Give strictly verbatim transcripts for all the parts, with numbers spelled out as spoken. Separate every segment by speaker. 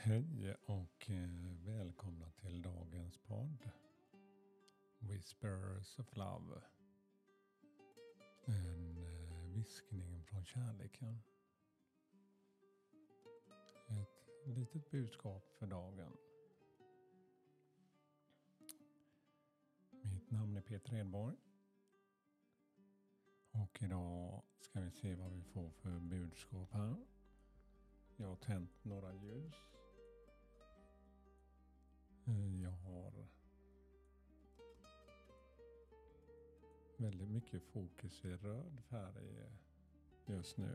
Speaker 1: Hej och välkomna till dagens podd Whispers of Love. En viskning från kärleken. Ett litet budskap för dagen. Mitt namn är Peter Edborg. Och idag ska vi se vad vi får för budskap här. Jag har tänt några ljus. Jag har väldigt mycket fokus i röd färg just nu.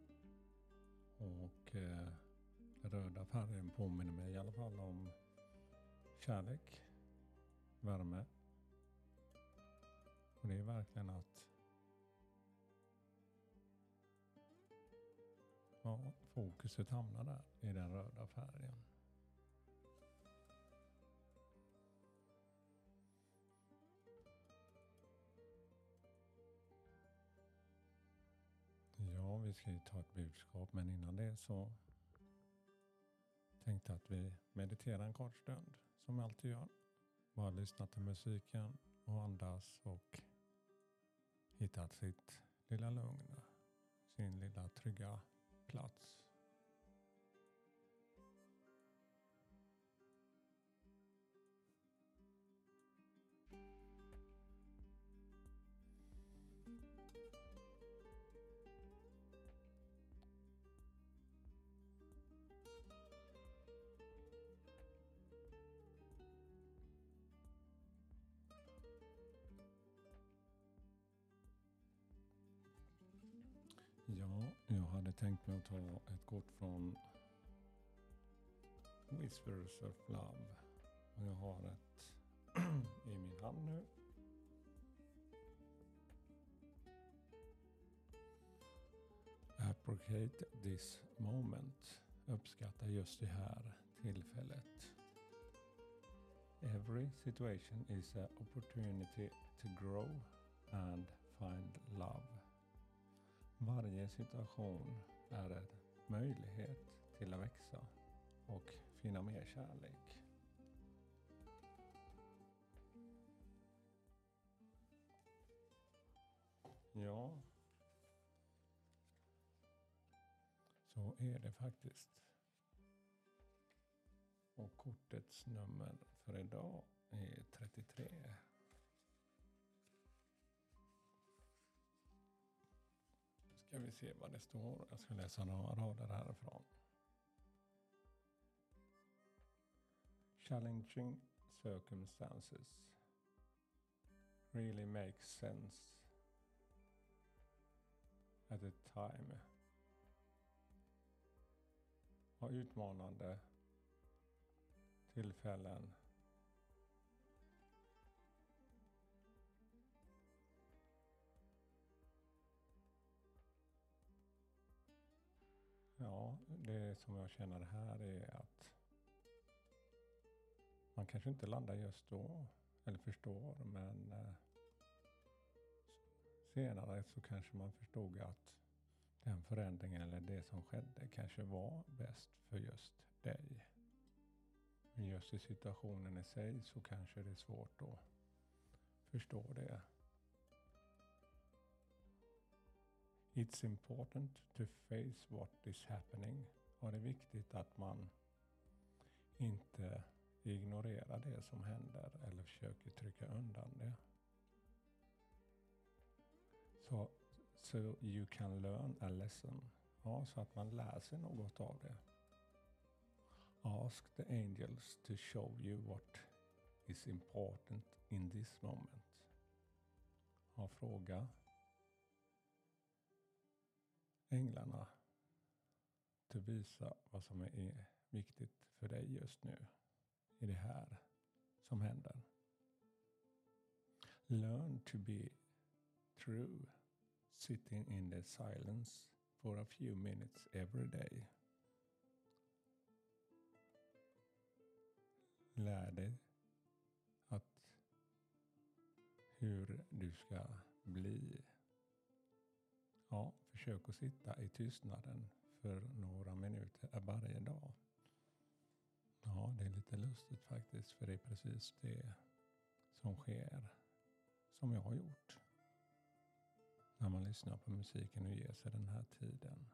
Speaker 1: Och eh, röda färgen påminner mig i alla fall om kärlek, värme. Och det är verkligen att ja, fokuset hamnar där i den röda färgen. Ja, vi ska ju ta ett budskap, men innan det så tänkte jag att vi mediterar en kort stund, som vi alltid gör. Bara lyssna till musiken och andas och hitta sitt lilla lugn, sin lilla trygga plats. Ja, jag hade tänkt mig att ta ett kort från Whispers of Love. Och jag har ett i min hand nu. Appreciate this moment. Uppskatta just det här tillfället. Every situation is an opportunity to grow and find love. Varje situation är en möjlighet till att växa och finna mer kärlek. Ja, så är det faktiskt. Och kortets nummer för idag är trettiotre. Ska vi se vad det står. Jag ska läsa några rader härifrån. Challenging circumstances really makes sense at a time. Och utmanande tillfällen ja, det som jag känner här är att man kanske inte landar just då eller förstår, men eh, senare så kanske man förstod att den förändringen eller det som skedde kanske var bäst för just dig. Men just i situationen i sig så kanske det är svårt att förstå det. It's important to face what is happening. Och det är viktigt att man inte ignorerar det som händer eller försöker trycka undan det. Så so, so you can learn a lesson. Ja, så att man lär sig något av det. Ask the angels to show you what is important in this moment. Ja, fråga änglarna till att visa vad som är viktigt för dig just nu i det här som händer. Learn to be true, sitting in the silence for a few minutes every day. Lär dig att hur du ska bli. Ja, försök att sitta i tystnaden för några minuter varje dag. Ja, det är lite lustigt faktiskt, för det är precis det som sker, som jag har gjort. När man lyssnar på musiken och ger sig den här tiden.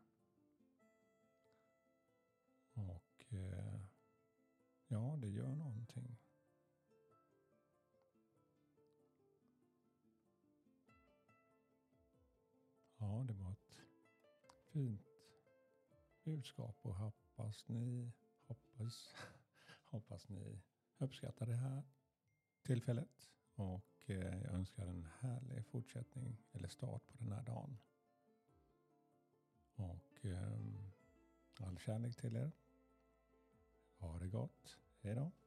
Speaker 1: Och eh, ja, det gör någonting. Ja, det var ett fint budskap och hoppas ni, hoppas, hoppas ni uppskattar det här tillfället. Och eh, jag önskar en härlig fortsättning eller start på den här dagen. Och eh, all kärlek till er. Ha det gott. Hej då.